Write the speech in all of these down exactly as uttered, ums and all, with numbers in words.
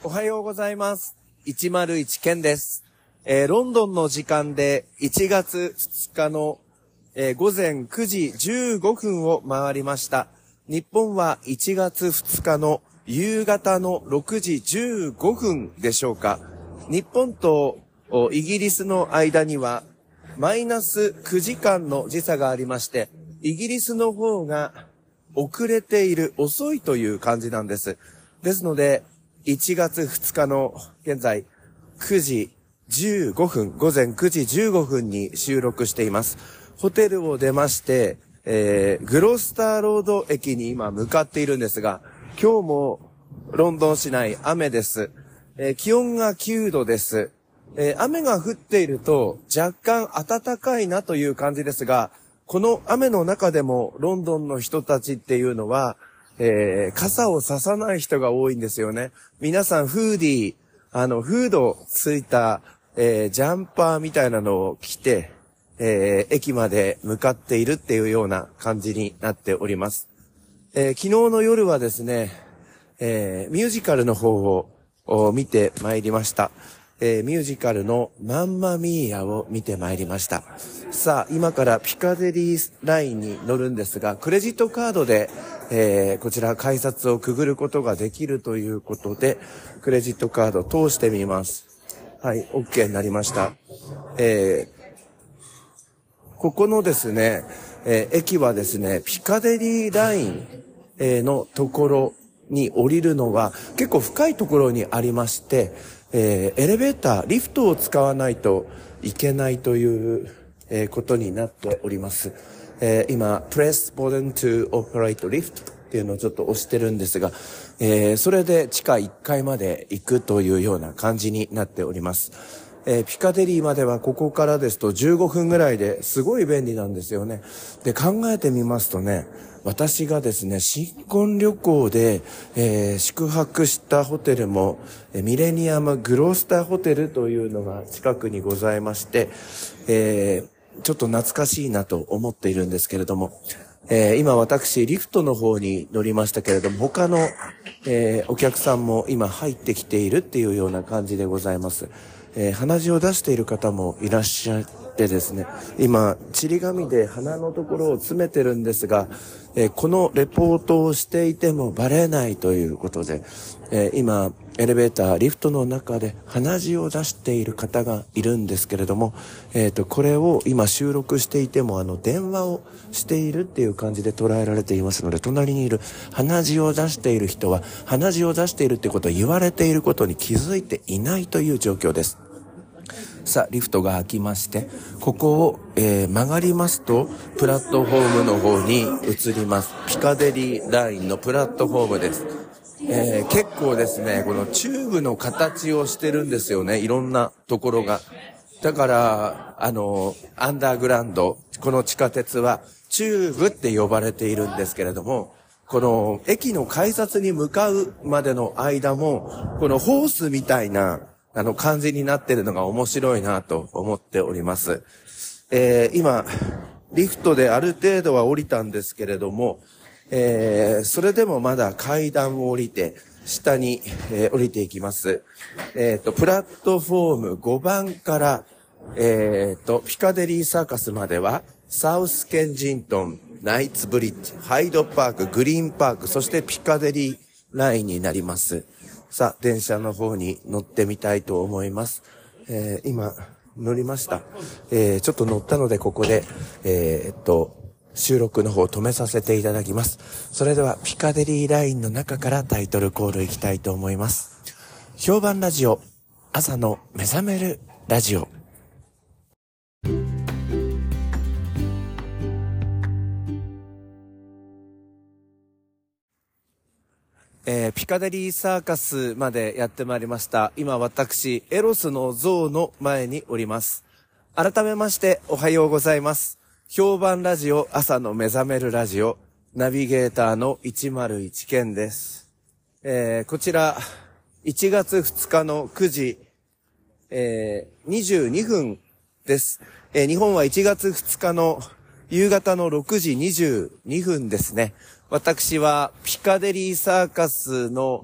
おはようございます。いちまるいちケンです。えー、ロンドンの時間でいちがつふつかの、えー、ごぜんくじじゅうごふんを回りました。日本はいちがつふつかの夕方のろくじじゅうごふんでしょうか。日本とイギリスの間にはマイナスくじかんの時差がありまして、イギリスの方が遅れている、遅いという感じなんです。ですので、いちがつふつかの現在くじじゅうごふん、ごぜんくじじゅうごふんに収録しています。ホテルを出まして、えー、グロスターロード駅に今向かっているんですが、今日もロンドン市内雨です。えー、気温がきゅうどです。えー、雨が降っていると若干暖かいなという感じですが、この雨の中でもロンドンの人たちっていうのは、えー、傘を差さない人が多いんですよね。皆さんフーディー、あの、フードついた、えー、ジャンパーみたいなのを着て、えー、駅まで向かっているっていうような感じになっております。えー、昨日の夜はですね、えー、ミュージカルの方を見てまいりました。えー、ミュージカルのマンマミーヤを見てまいりました。さあ、今からピカデリーラインに乗るんですが、クレジットカードで、えー、こちら改札をくぐることができるということで、クレジットカードを通してみます。はい、OK になりました。えー、ここのですね、えー、駅はですね、ピカデリーライン、えー、のところに降りるのは結構深いところにありまして、えー、エレベーター、リフトを使わないといけないという、えー、ことになっております。えー、今、press button to operate lift っていうのをちょっと押してるんですが、えー、それで地下いっかいまで行くというような感じになっております。えー、ピカデリーまではここからですとじゅうごふんぐらいですごい便利なんですよね。で、考えてみますとね、私がですね、新婚旅行で、えー、宿泊したホテルも、ミレニアムグロスターホテルというのが近くにございまして、えー、ちょっと懐かしいなと思っているんですけれども、えー、今私リフトの方に乗りましたけれども、他の、えー、お客さんも今入ってきているっていうような感じでございます。えー、鼻血を出している方もいらっしゃってですね、今ちり紙で鼻のところを詰めてるんですが、えー、このレポートをしていてもバレないということで、えー、今エレベーターリフトの中で鼻血を出している方がいるんですけれども、えっとこれを今収録していてもあの電話をしているっていう感じで捉えられていますので、隣にいる鼻血を出している人は鼻血を出しているってことを言われていることに気づいていないという状況です。さあ、リフトが開きまして、ここを、えー、曲がりますと、プラットフォームの方に移ります。ピカデリーラインのプラットフォームです。えー、結構ですね、このチューブの形をしてるんですよね、いろんなところが。だから、あの、アンダーグラウンド、この地下鉄は、チューブって呼ばれているんですけれども、この駅の改札に向かうまでの間も、このホースみたいな、あの感じになってるのが面白いなと思っております。えー、今、リフトである程度は降りたんですけれども、えー、それでもまだ階段を降りて、下に、えー、降りていきます。えっと、プラットフォームごばんから、えっと、ピカデリーサーカスまでは、サウスケンジントン、ナイツブリッジ、ハイドパーク、グリーンパーク、そしてピカデリーラインになります。さあ、電車の方に乗ってみたいと思います。えー、今、乗りました。えー、ちょっと乗ったので、ここで、えー、っと、収録の方を止めさせていただきます。それでは、ピカデリーラインの中からタイトルコールいきたいと思います。評判ラジオ、朝の目覚めるラジオ。えー、ピカデリーサーカスまでやってまいりました。今私、エロスの像の前におります。改めましておはようございます。評判ラジオ、朝の目覚めるラジオ、ナビゲーターのいちまるいちケンです。えー、こちら、いちがつふつかのくじ、えー、にじゅうにふんです。えー、日本はいちがつふつかの夕方のろくじにじゅうにふんですね。私はピカデリーサーカスの、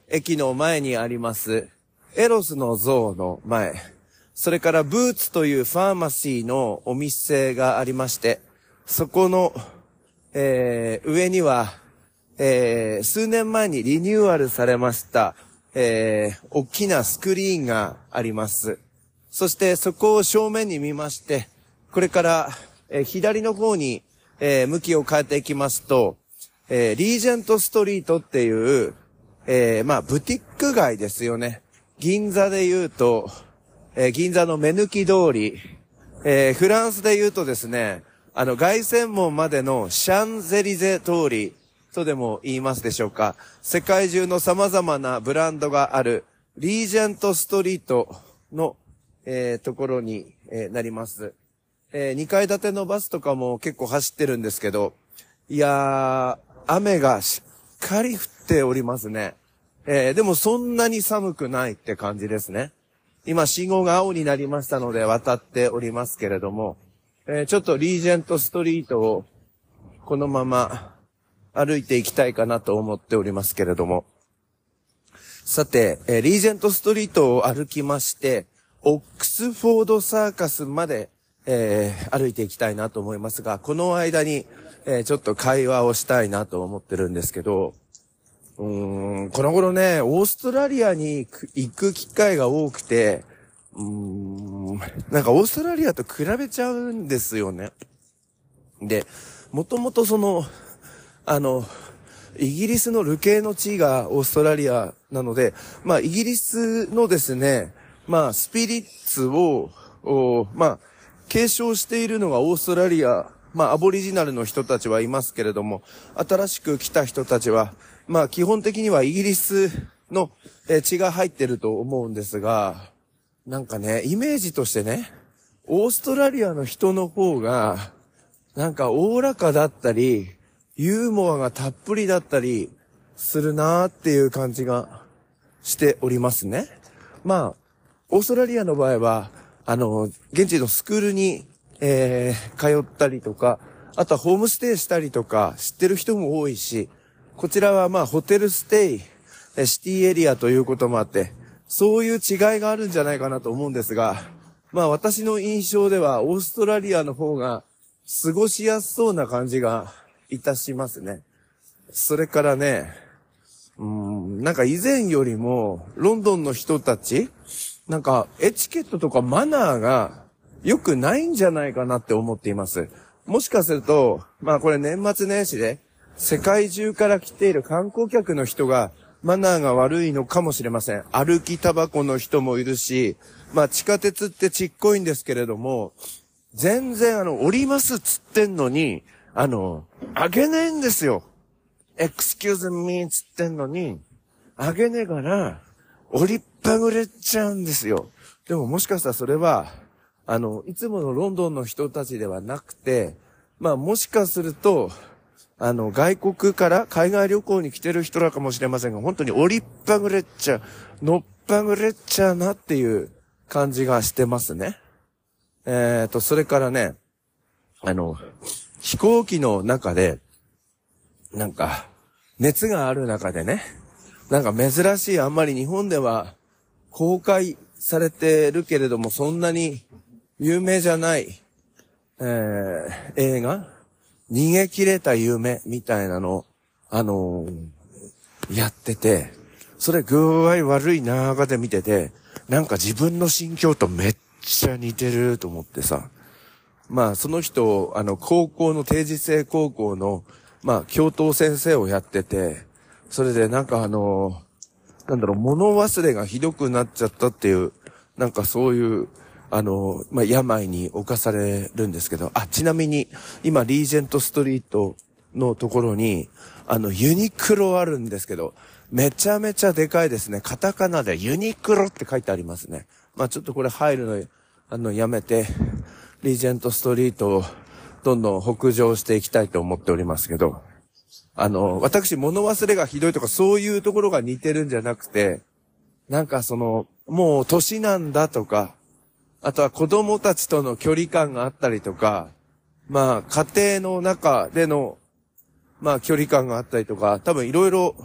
駅の前にあります、エロスの像の前、それからブーツというファーマシーのお店がありまして、そこの、えー、上には、えー、数年前にリニューアルされました、えー、大きなスクリーンがあります。そしてそこを正面に見まして、これから、えー、左の方に、えー、向きを変えていきますと、えー、リージェントストリートっていう、えー、まあ、ブティック街ですよね。銀座で言うと、えー、銀座の目抜き通り、えー、フランスで言うとですね、あの、凱旋門までのシャンゼリゼ通りとでも言いますでしょうか。世界中の様々なブランドがあるリージェントストリートの、えー、ところに、えー、なります。えー、にかい建てのバスとかも結構走ってるんですけど、いやー、雨がしっかり降っておりますね。えー、でもそんなに寒くないって感じですね。今信号が青になりましたので渡っておりますけれども、えー、ちょっとリージェントストリートをこのまま歩いていきたいかなと思っておりますけれども。さて、えー、リージェントストリートを歩きまして、オックスフォードサーカスまで、えー、歩いていきたいなと思いますが、この間に、えー、ちょっと会話をしたいなと思ってるんですけど、うーん、この頃ね、オーストラリアに行く機会が多くて、うーん、なんかオーストラリアと比べちゃうんですよね。で、もともとその、あの、イギリスの流刑の地がオーストラリアなので、まあイギリスのですね、まあスピリッツを、まあ継承しているのがオーストラリア、まあアボリジナルの人たちはいますけれども、新しく来た人たちは、まあ基本的にはイギリスの血が入ってると思うんですが、なんかね、イメージとしてね、オーストラリアの人の方が、なんかおおらかだったり、ユーモアがたっぷりだったりするなーっていう感じがしておりますね。まあ、オーストラリアの場合は、あの、現地のスクールに、えー、通ったりとか、あとはホームステイしたりとか、知ってる人も多いし、こちらはまあホテルステイ、シティエリアということもあって、そういう違いがあるんじゃないかなと思うんですが、まあ私の印象ではオーストラリアの方が過ごしやすそうな感じがいたしますね。それからね、うーん、なんか以前よりもロンドンの人たち、なんかエチケットとかマナーが良くないんじゃないかなって思っています。もしかすると、まあこれ年末年始で世界中から来ている観光客の人がマナーが悪いのかもしれません。歩きタバコの人もいるし、まあ地下鉄ってちっこいんですけれども、全然あの降りますっつってんのに、あの、あげねえんですよ。excuse me つってんのに、あげねえから、降りっぱぐれちゃうんですよ。でももしかしたらそれは、あの、いつものロンドンの人たちではなくて、まあもしかすると、あの、外国から海外旅行に来てる人らかもしれませんが、本当に降りっぱぐれっちゃ、乗っぱぐれっちゃなっていう感じがしてますね。えーと、それからね、あの、飛行機の中で、なんか、熱がある中でね、なんか珍しい、あんまり日本では公開されてるけれども、そんなに有名じゃない、えー、映画逃げ切れた夢みたいなの、あのー、やってて、それ具合悪い中で見てて、なんか自分の心境とめっちゃ似てると思ってさ、まあその人、あの高校の定時制高校の、まあ教頭先生をやってて、それでなんかあのー、なんだろう、物忘れがひどくなっちゃったっていう、なんかそういう、あの、まあ、病に侵されるんですけど、あ、ちなみに、今、リージェントストリートのところに、あの、ユニクロあるんですけど、めちゃめちゃでかいですね。カタカナでユニクロって書いてありますね。まあ、ちょっとこれ入るの、あの、やめて、リージェントストリートをどんどん北上していきたいと思っておりますけど、あの、私、物忘れがひどいとか、そういうところが似てるんじゃなくて、なんかその、もう年なんだとか、あとは子供たちとの距離感があったりとか、まあ家庭の中での、まあ距離感があったりとか、多分いろいろ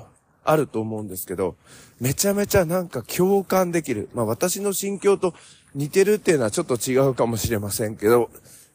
あると思うんですけど、めちゃめちゃなんか共感できる。まあ私の心境と似てるっていうのはちょっと違うかもしれませんけど、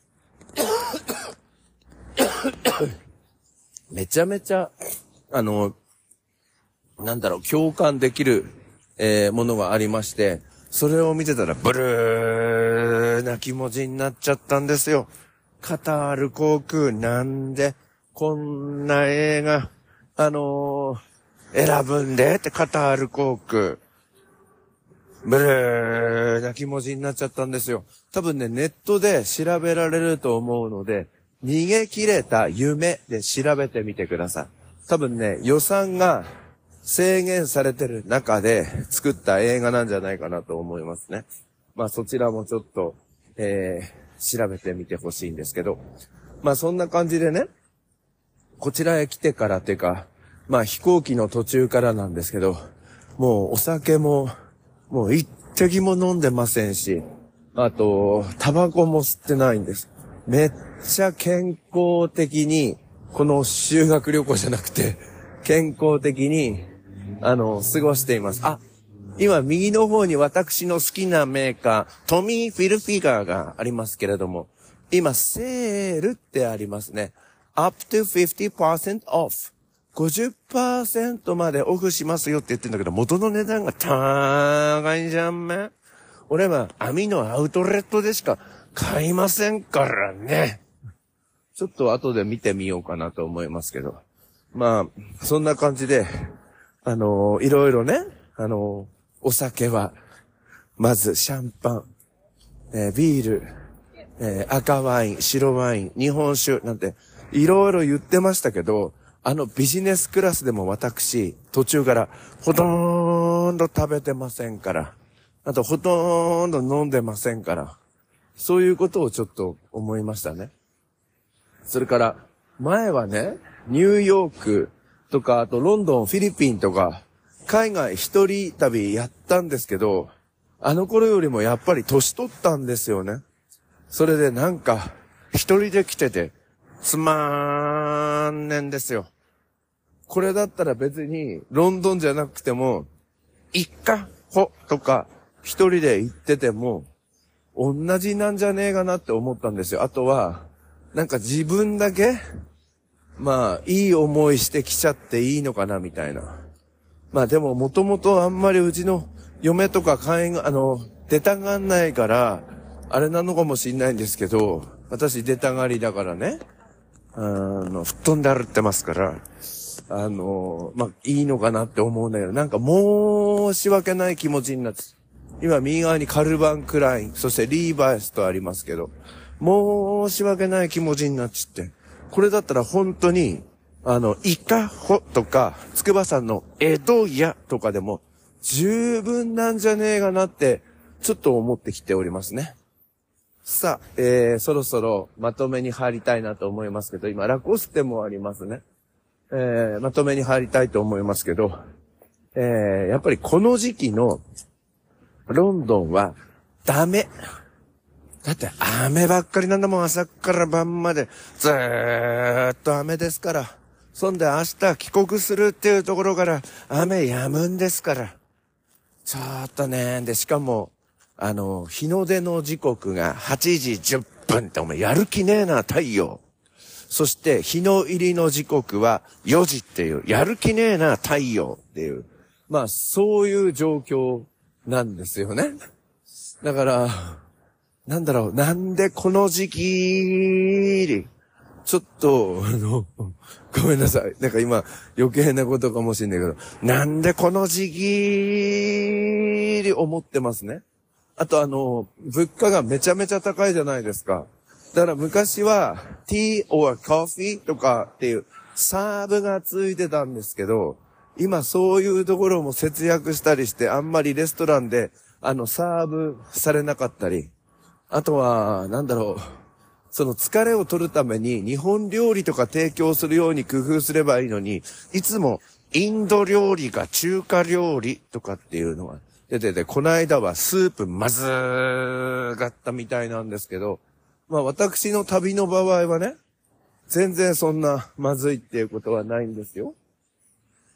めちゃめちゃ、あの、なんだろう、共感できる、えー、ものがありまして、それを見てたら、ブルーな気持ちになっちゃったんですよ。カタール航空、なんで、こんな映画、あのー、選ぶんでってカタール航空。ブルーな気持ちになっちゃったんですよ。多分ね、ネットで調べられると思うので、逃げ切れた夢で調べてみてください。多分ね、予算が制限されてる中で作った映画なんじゃないかなと思いますね。まあそちらもちょっと、えー、調べてみてほしいんですけど。まあそんな感じでね、こちらへ来てからっていうか、まあ飛行機の途中からなんですけど、もうお酒も、もう一滴も飲んでませんし、あと、タバコも吸ってないんです。めっちゃ健康的に、この修学旅行じゃなくて、健康的に、あの、過ごしています。あ、今右の方に私の好きなメーカー、トミー・フィルフィガーがありますけれども、今、セールってありますね。up to フィフティーパーセント off。ごじゅっパーセント までオフしますよって言ってんだけど、元の値段が高いじゃんめ。俺は網のアウトレットでしか買いませんからね。ちょっと後で見てみようかなと思いますけど。まあ、そんな感じで、あのー、いろいろね、あのー、お酒は、まずシャンパン、えー、ビール、えー、赤ワイン、白ワイン、日本酒なんて、いろいろ言ってましたけど、あのビジネスクラスでも私、途中からほとんど食べてませんから、あとほとんど飲んでませんから、そういうことをちょっと思いましたね。それから、前はね、ニューヨークとか、あとロンドン、フィリピンとか、海外一人旅やったんですけど、あの頃よりもやっぱり年取ったんですよね。それでなんか、一人で来てて、つまーんねんですよ。これだったら別に、ロンドンじゃなくても、一家ほとか、一人で行ってても、同じなんじゃねえかなって思ったんですよ。あとは、なんか自分だけ、まあ、いい思いしてきちゃっていいのかな、みたいな。まあでも、もともとあんまりうちの嫁とか会員が、あの、出たがんないから、あれなのかもしんないんですけど、私出たがりだからね、あの、吹っ飛んで歩ってますから、あの、まあ、いいのかなって思うんだけど、なんか申し訳ない気持ちになって、今右側にカルバンクライン、そしてリーバイスとありますけど、申し訳ない気持ちになっちって、これだったら本当に、あの、イカホとか、筑波山の江戸屋とかでも、十分なんじゃねえかなって、ちょっと思ってきておりますね。さあ、えー、そろそろまとめに入りたいなと思いますけど、今、ラコステもありますね。えー、まとめに入りたいと思いますけど、えー、やっぱりこの時期のロンドンはダメ。だって雨ばっかりなんだもん、朝から晩まで。ずーっと雨ですから。そんで明日帰国するっていうところから雨止むんですから。ちょっとね、で、しかも、あの、日の出の時刻がはちじじゅっぷんってお前やる気ねえな、太陽。そして日の入りの時刻はよじっていう、やる気ねえな、太陽っていう。まあ、そういう状況なんですよね。だから、なんだろう、なんでこの時期に、ちょっと、あの、ごめんなさい。なんか今余計なことかもしれないけど、なんでこの時期に思ってますね。あとあの、物価がめちゃめちゃ高いじゃないですか。だから昔は tea or coffee とかっていうサーブがついてたんですけど、今そういうところも節約したりしてあんまりレストランであのサーブされなかったり、あとはなんだろう、その疲れを取るために日本料理とか提供するように工夫すればいいのに、いつもインド料理か中華料理とかっていうのが出てて、この間はスープまずかったみたいなんですけど、まあ私の旅の場合はね、全然そんなまずいっていうことはないんですよ。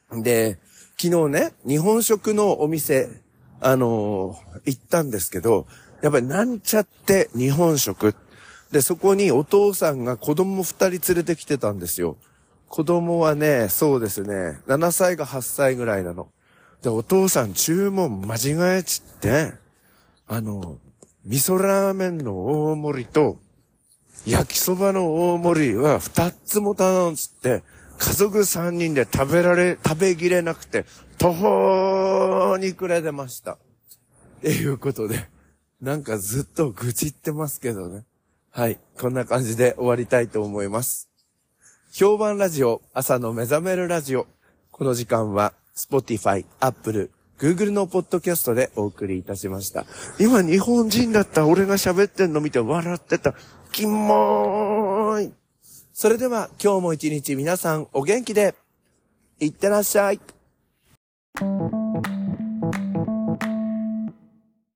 で、昨日ね、日本食のお店、あのー、行ったんですけど、やっぱりなんちゃって日本食。で、そこにお父さんが子供二人連れてきてたんですよ。子供はね、そうですね、ななさいがはっさいぐらいなの。で、お父さん注文間違えちって、あの、味噌ラーメンの大盛りと、焼きそばの大盛りは二つも頼んつって、家族三人で食べられ、食べきれなくて、途方に暮れてました。っていうことで、なんかずっと愚痴ってますけどね。はい。こんな感じで終わりたいと思います。評判ラジオ、朝の目覚めるラジオ。この時間は、Spotify、Apple、Google のポッドキャストでお送りいたしました。今日本人だった俺が喋ってんの見て笑ってた。キモーい。それでは今日も一日皆さんお元気で、いってらっしゃい。